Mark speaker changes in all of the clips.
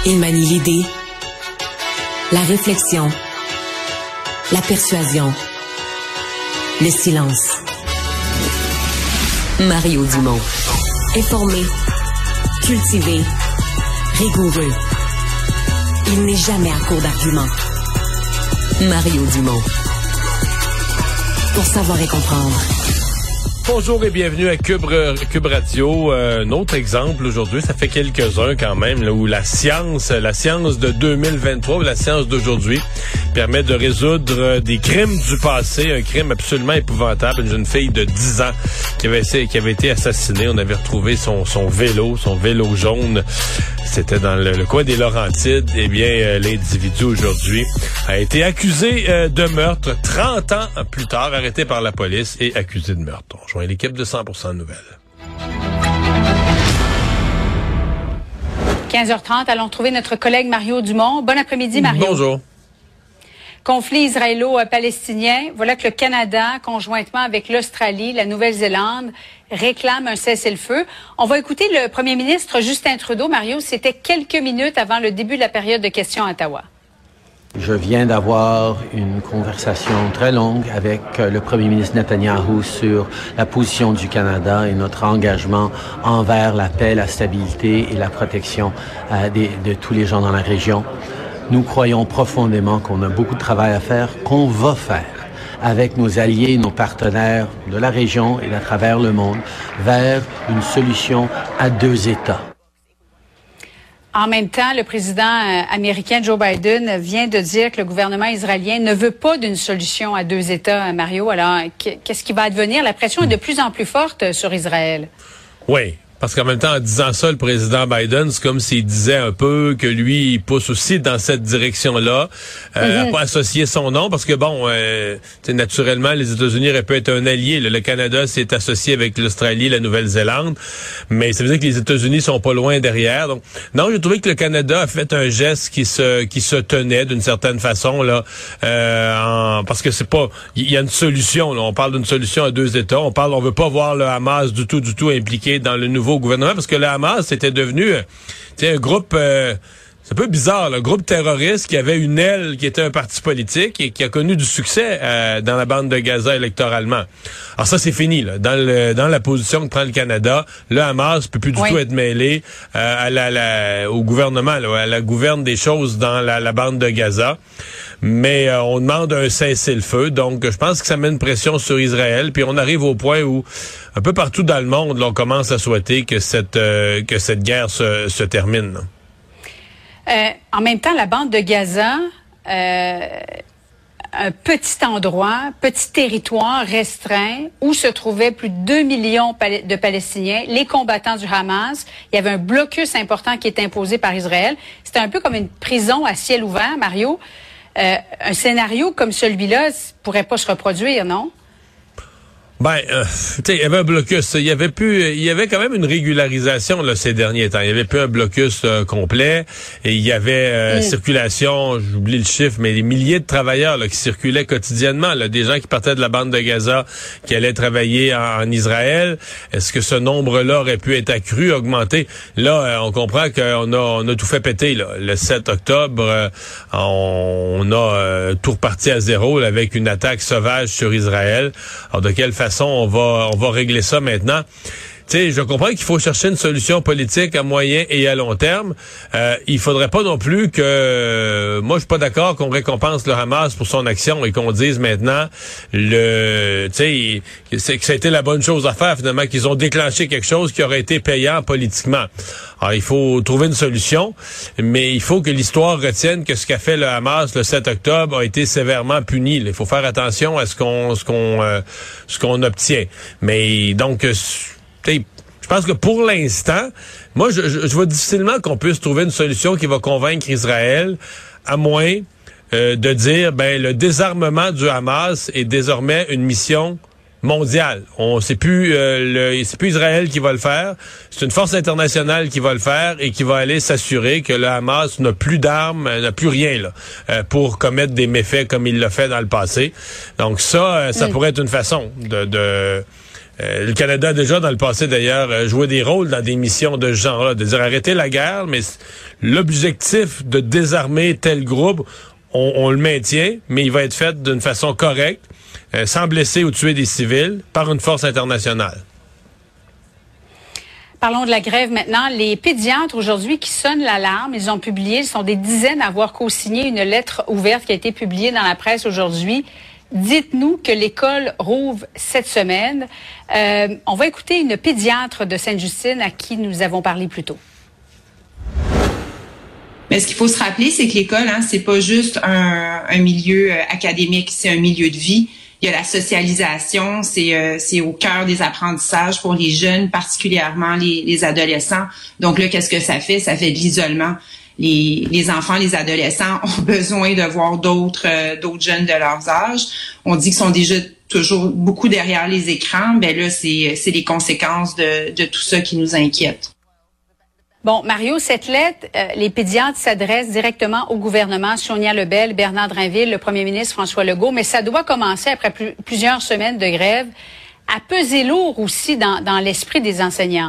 Speaker 1: Il manie l'idée, la réflexion, la persuasion, le silence. Mario Dumont. Informé, cultivé, rigoureux. Il n'est jamais à court d'arguments. Mario Dumont. Pour savoir et comprendre.
Speaker 2: Bonjour et bienvenue à Cube Radio. Un autre exemple aujourd'hui, ça fait quelques-uns quand même, là, où la science de 2023, ou la science d'aujourd'hui, permet de résoudre des crimes du passé, un crime absolument épouvantable, une jeune fille de 10 ans qui avait été assassinée. On avait retrouvé son vélo jaune. C'était dans le coin des Laurentides. Eh bien, l'individu aujourd'hui a été accusé de meurtre 30 ans plus tard, arrêté par la police et accusé de meurtre. On rejoint l'équipe de 100% Nouvelles.
Speaker 3: 15h30, allons trouver notre collègue Mario Dumont. Bon après-midi, Mario.
Speaker 2: Bonjour.
Speaker 3: Conflit israélo-palestinien. Voilà que le Canada, conjointement avec l'Australie, la Nouvelle-Zélande, réclame un cessez-le-feu. On va écouter le premier ministre Justin Trudeau. Mario, c'était quelques minutes avant le début de la période de questions à Ottawa.
Speaker 4: Je viens d'avoir une conversation très longue avec le premier ministre Netanyahu sur la position du Canada et notre engagement envers la paix, la stabilité et la protection de tous les gens dans la région. Nous croyons profondément qu'on a beaucoup de travail à faire, qu'on va faire avec nos alliés, nos partenaires de la région et à travers le monde vers une solution à deux États.
Speaker 3: En même temps, le président américain Joe Biden vient de dire que le gouvernement israélien ne veut pas d'une solution à deux États, Mario. Alors, qu'est-ce qui va advenir? La pression est de plus en plus forte sur Israël.
Speaker 2: Oui. Parce qu'en même temps, en disant ça, le président Biden, c'est comme s'il disait un peu que lui, il pousse aussi dans cette direction-là, à pas associer son nom, parce que bon, naturellement, les États-Unis auraient pu être un allié. Le Canada s'est associé avec l'Australie, la Nouvelle-Zélande, mais ça veut dire que les États-Unis sont pas loin derrière. Donc, non, j'ai trouvé que le Canada a fait un geste qui se tenait d'une certaine façon là, parce que c'est pas, il y a une solution. Là, on parle d'une solution à deux États. On veut pas voir le Hamas du tout impliqué dans le nouveau gouvernement, parce que le Hamas était devenu un groupe, c'est un peu bizarre, un groupe terroriste qui avait une aile qui était un parti politique et qui a connu du succès dans la bande de Gaza électoralement. Alors ça, c'est fini. Là. Dans la position que prend le Canada, le Hamas peut plus du tout être mêlé au gouvernement, là, à la gouverne des choses dans la bande de Gaza. Mais on demande un cessez-le-feu. Donc, je pense que ça met une pression sur Israël. Puis on arrive au point où, un peu partout dans le monde, là, on commence à souhaiter que cette guerre se termine.
Speaker 3: En même temps, la bande de Gaza, un petit endroit, petit territoire restreint où se trouvaient plus de 2 millions de Palestiniens, les combattants du Hamas. Il y avait un blocus important qui est imposé par Israël. C'était un peu comme une prison à ciel ouvert, Mario. Un scénario comme celui-là pourrait pas se reproduire, non?
Speaker 2: Il y avait un blocus. Il y avait quand même une régularisation là ces derniers temps. Il y avait plus un blocus complet et il y avait circulation, j'oublie le chiffre, mais des milliers de travailleurs là, qui circulaient quotidiennement. Là, des gens qui partaient de la bande de Gaza, qui allaient travailler en Israël. Est-ce que ce nombre-là aurait pu être accru, augmenté? Là, on comprend qu'on a tout fait péter. Là. Le 7 octobre, on a tout reparti à zéro là, avec une attaque sauvage sur Israël. Alors, de quelle façon on va régler ça maintenant? Tu sais, je comprends qu'il faut chercher une solution politique à moyen et à long terme. Il faudrait pas non plus que... moi, je suis pas d'accord qu'on récompense le Hamas pour son action et qu'on dise maintenant que ça a été la bonne chose à faire, finalement, qu'ils ont déclenché quelque chose qui aurait été payant politiquement. Alors, il faut trouver une solution, mais il faut que l'histoire retienne que ce qu'a fait le Hamas le 7 octobre a été sévèrement puni. Il faut faire attention à ce qu'on obtient. Mais donc... je pense que pour l'instant, moi, je vois difficilement qu'on puisse trouver une solution qui va convaincre Israël, à moins de dire, le désarmement du Hamas est désormais une mission mondiale. C'est plus Israël qui va le faire, c'est une force internationale qui va le faire et qui va aller s'assurer que le Hamas n'a plus d'armes, n'a plus rien là pour commettre des méfaits comme il l'a fait dans le passé. Donc ça pourrait être une façon Le Canada a déjà, dans le passé d'ailleurs, joué des rôles dans des missions de ce genre-là, de dire arrêter la guerre, mais l'objectif de désarmer tel groupe, on le maintient, mais il va être fait d'une façon correcte, sans blesser ou tuer des civils, par une force internationale.
Speaker 3: Parlons de la grève maintenant. Les pédiatres aujourd'hui qui sonnent l'alarme, ils ont publié, ils sont des dizaines à avoir co-signé une lettre ouverte qui a été publiée dans la presse aujourd'hui. Dites-nous que l'école rouvre cette semaine. On va écouter une pédiatre de Sainte-Justine à qui nous avons parlé plus tôt.
Speaker 5: Mais ce qu'il faut se rappeler, c'est que l'école, c'est pas juste un milieu académique, c'est un milieu de vie. Il y a la socialisation, c'est au cœur des apprentissages pour les jeunes, particulièrement les adolescents. Donc là, qu'est-ce que ça fait? Ça fait de l'isolement. Les enfants, les adolescents ont besoin de voir d'autres jeunes de leur âge. On dit qu'ils sont déjà toujours beaucoup derrière les écrans. Ben là, c'est les conséquences de tout ça qui nous inquiètent.
Speaker 3: Bon, Mario, cette lettre, les pédiatres s'adressent directement au gouvernement, Sonia Lebel, Bernard Drinville, le premier ministre François Legault, mais ça doit commencer après plusieurs semaines de grève à peser lourd aussi dans l'esprit des enseignants.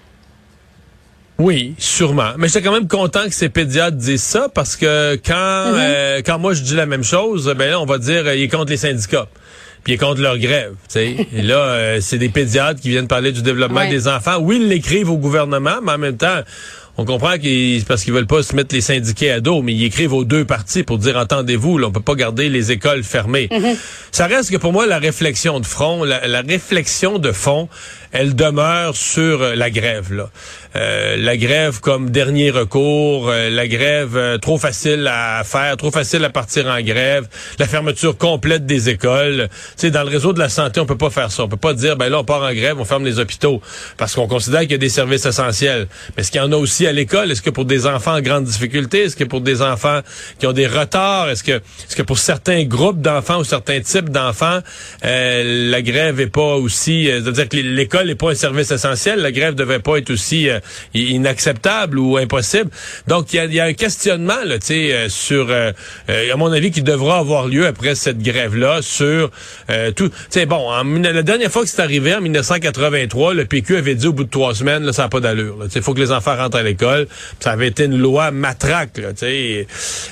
Speaker 3: Oui,
Speaker 2: sûrement. Mais j'étais quand même content que ces pédiatres disent ça parce que quand moi je dis la même chose, ben là, on va dire il est contre les syndicats. Puis il est contre leur grève, tu sais. Et là, c'est des pédiatres qui viennent parler du développement des enfants. Oui, ils l'écrivent au gouvernement, mais en même temps, on comprend c'est parce qu'ils veulent pas se mettre les syndiqués à dos, mais ils écrivent aux deux parties pour dire entendez-vous, là, on peut pas garder les écoles fermées. Ça reste que pour moi la réflexion de front, la réflexion de fond, elle demeure sur la grève là. La grève comme dernier recours, la grève trop facile à faire, trop facile à partir en grève, la fermeture complète des écoles. Tu sais, dans le réseau de la santé, on peut pas faire ça. On peut pas dire ben là on part en grève, on ferme les hôpitaux parce qu'on considère qu'il y a des services essentiels. Mais est-ce qu'il y en a aussi à l'école? Est-ce que pour des enfants en grande difficulté? Est-ce que pour des enfants qui ont des retards? Est-ce que pour certains groupes d'enfants ou certains types d'enfants, la grève est pas aussi... c'est-à-dire que l'école n'est pas un service essentiel. La grève devait pas être aussi inacceptable ou impossible. Donc, il y a un questionnement là, tu sais, sur, à mon avis, qui devra avoir lieu après cette grève-là sur tout... Tu sais, bon, la dernière fois que c'est arrivé, en 1983, le PQ avait dit au bout de 3 semaines, là, ça n'a pas d'allure. Il faut que les enfants rentrent à l'école. Ça avait été une loi matraque, là, tu sais.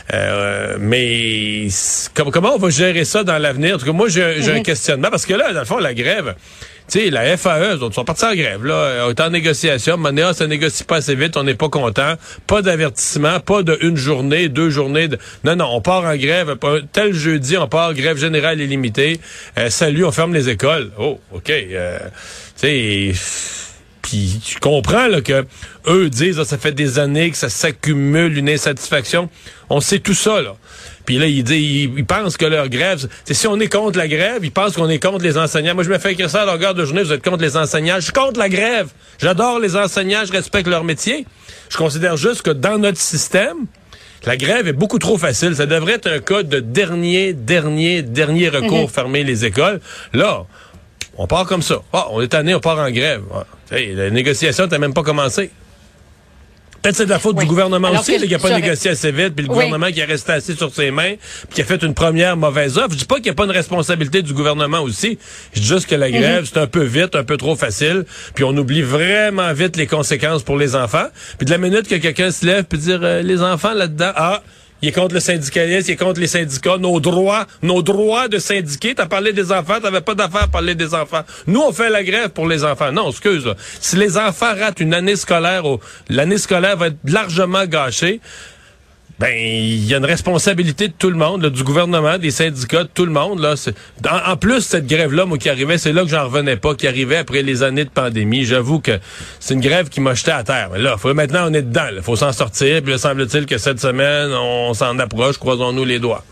Speaker 2: Mais comment on va gérer ça dans l'avenir? En tout cas, moi, j'ai un questionnement parce que là, dans le fond, la grève... Tu sais, la FAE, ils sont partis en grève, là. On est en négociation. Maintenant, ça négocie pas assez vite. On n'est pas content. Pas d'avertissement. Pas de 1 journée, 2 journées. Non, on part en grève. Tel jeudi, on part grève générale illimitée. Salut, on ferme les écoles. Oh, OK. Tu sais... Puis tu comprends là que eux disent ça fait des années que ça s'accumule une insatisfaction. On sait tout ça là. Puis là ils pensent que leur grève, c'est si on est contre la grève, ils pensent qu'on est contre les enseignants. Moi je me fais écrire ça à longueur de journée, vous êtes contre les enseignants. Je suis contre la grève. J'adore les enseignants, je respecte leur métier. Je considère juste que dans notre système, la grève est beaucoup trop facile. Ça devrait être un cas de dernier recours, fermer les écoles. Là, on part comme ça. On est tanné, on part en grève. Hey, la négociation n'a même pas commencé. Peut-être c'est de la faute du gouvernement aussi, qui n'a pas négocié assez vite, puis le gouvernement qui est resté assis sur ses mains, puis qui a fait une première mauvaise offre. Je dis pas qu'il n'y a pas une responsabilité du gouvernement aussi. Je dis juste que la grève, c'est un peu vite, un peu trop facile, puis on oublie vraiment vite les conséquences pour les enfants. Puis de la minute que quelqu'un se lève puis dire les enfants là-dedans, il est contre le syndicalisme, il est contre les syndicats, nos droits de syndiquer. T'as parlé des enfants, t'avais pas d'affaire à parler des enfants. Nous, on fait la grève pour les enfants. Non, excuse, là. Si les enfants ratent une année scolaire, l'année scolaire va être largement gâchée. Ben, il y a une responsabilité de tout le monde, là, du gouvernement, des syndicats, de tout le monde. Là. En plus, cette grève-là, moi, qui arrivait, c'est là que j'en revenais pas, qui arrivait après les années de pandémie. J'avoue que c'est une grève qui m'a jeté à terre. Mais là, maintenant, on est dedans. Il faut s'en sortir. Puis là, semble-t-il que cette semaine, on s'en approche. Croisons-nous les doigts.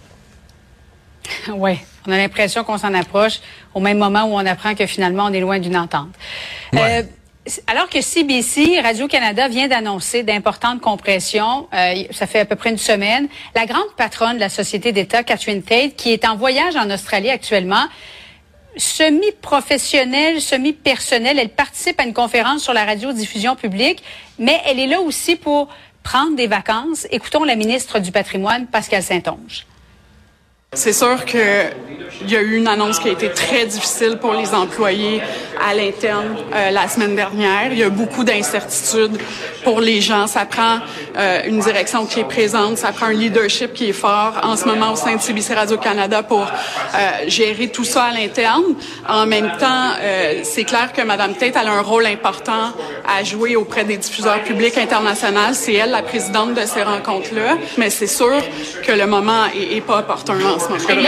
Speaker 3: Oui, on a l'impression qu'on s'en approche au même moment où on apprend que finalement, on est loin d'une entente. Ouais. Alors que CBC, Radio-Canada, vient d'annoncer d'importantes compressions, ça fait à peu près une semaine, la grande patronne de la société d'État, Catherine Tait, qui est en voyage en Australie actuellement, semi-professionnelle, semi-personnelle, elle participe à une conférence sur la radiodiffusion publique, mais elle est là aussi pour prendre des vacances. Écoutons la ministre du Patrimoine, Pascale Saint-Onge.
Speaker 6: C'est sûr qu'il y a eu une annonce qui a été très difficile pour les employés à l'interne la semaine dernière. Il y a beaucoup d'incertitudes pour les gens. Ça prend une direction qui est présente, ça prend un leadership qui est fort en ce moment au sein de CBC Radio-Canada pour gérer tout ça à l'interne. En même temps, c'est clair que Mme Tate elle a un rôle important à jouer auprès des diffuseurs publics internationaux. C'est elle la présidente de ces rencontres-là. Mais c'est sûr que le moment est pas opportun en ce moment.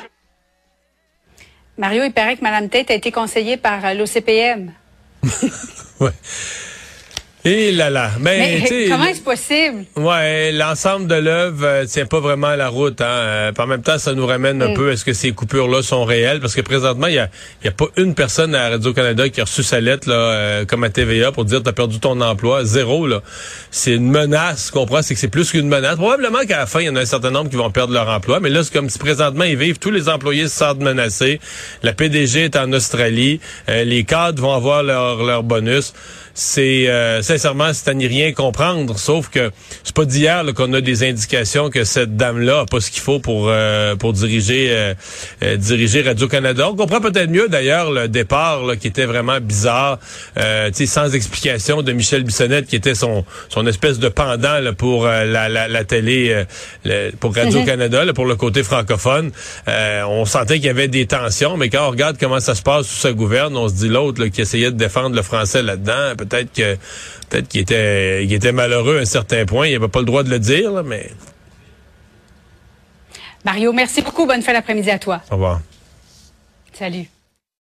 Speaker 3: Mario, il paraît que Mme Tate a été conseillée par l'OCPM.
Speaker 2: Ouais. Et là.
Speaker 3: Mais comment est-ce possible?
Speaker 2: Ouais, l'ensemble de l'œuvre tient pas vraiment la route. En même temps, ça nous ramène un peu, est-ce que ces coupures-là sont réelles? Parce que présentement, il y a pas une personne à Radio-Canada qui a reçu sa lettre là, comme à TVA pour dire t'as perdu ton emploi. Zéro, là. C'est une menace, tu comprends? C'est que c'est plus qu'une menace. Probablement qu'à la fin, il y en a un certain nombre qui vont perdre leur emploi. Mais là, c'est comme si présentement, ils vivent, tous les employés se sentent menacés. La PDG est en Australie. Les cadres vont avoir leur bonus. C'est sincèrement, c'est à n'y rien comprendre, sauf que c'est pas d'hier là, qu'on a des indications que cette dame-là a pas ce qu'il faut pour diriger Radio-Canada. On comprend peut-être mieux d'ailleurs le départ là, qui était vraiment bizarre, sans explication de Michel Bissonnette qui était son espèce de pendant là, pour la télé pour Radio-Canada, là, pour le côté francophone. On sentait qu'il y avait des tensions, mais quand on regarde comment ça se passe sous sa gouverne, on se dit l'autre là, qui essayait de défendre le français là-dedans, peut-être qu'il était malheureux à un certain point. Il n'avait pas le droit de le dire, là, mais...
Speaker 3: Mario, merci beaucoup. Bonne fin d'après-midi à toi.
Speaker 2: Au revoir.
Speaker 3: Salut.